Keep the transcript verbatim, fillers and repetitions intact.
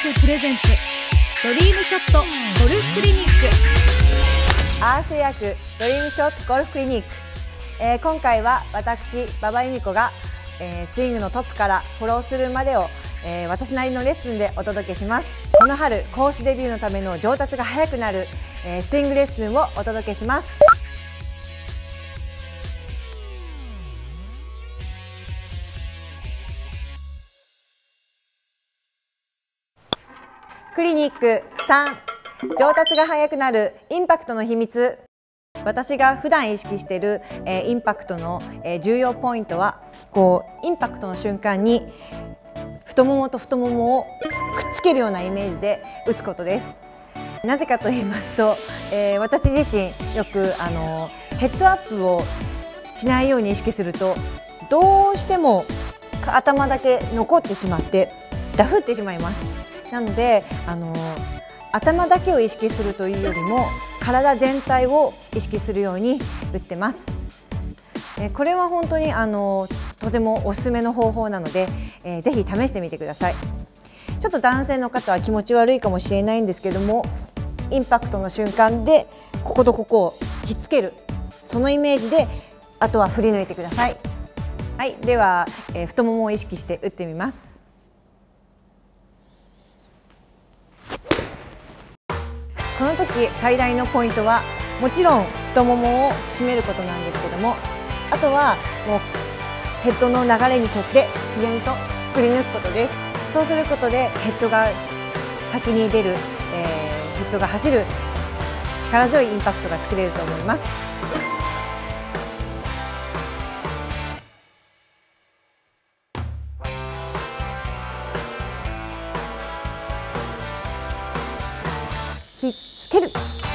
フプレゼンツドリームショットゴルフクリニック。 アース薬ドリームショットゴルフクリニック、えー、今回は私馬場由美子が、えー、スイングのトップからフォローするまでを、えー、私なりのレッスンでお届けします。この春コースデビューのための上達が早くなる、えー、スイングレッスンをお届けします。クリニックさん、上達が速くなるインパクトの秘密。私が普段意識している、えー、インパクトの、えー、重要ポイントは、こうインパクトの瞬間に太ももと太ももをくっつけるようなイメージで打つことです。なぜかと言いますと、えー、私自身よくあのヘッドアップをしないように意識すると、どうしても頭だけ残ってしまってダフってしまいます。なのであの頭だけを意識するというよりも体全体を意識するように打ってます。えこれは本当にあのとてもおすすめの方法なので、えー、ぜひ試してみてください。ちょっと男性の方は気持ち悪いかもしれないんですけども、インパクトの瞬間でこことここをひっつける、そのイメージであとは振り抜いてください。はい、では、えー、太ももを意識して打ってみます。この時最大のポイントはもちろん太ももを締めることなんですけども、あとはもうヘッドの流れに沿って自然と振り抜くことです。そうすることでヘッドが先に出る、えー、ヘッドが走る力強いインパクトが作れると思います。ひっつける。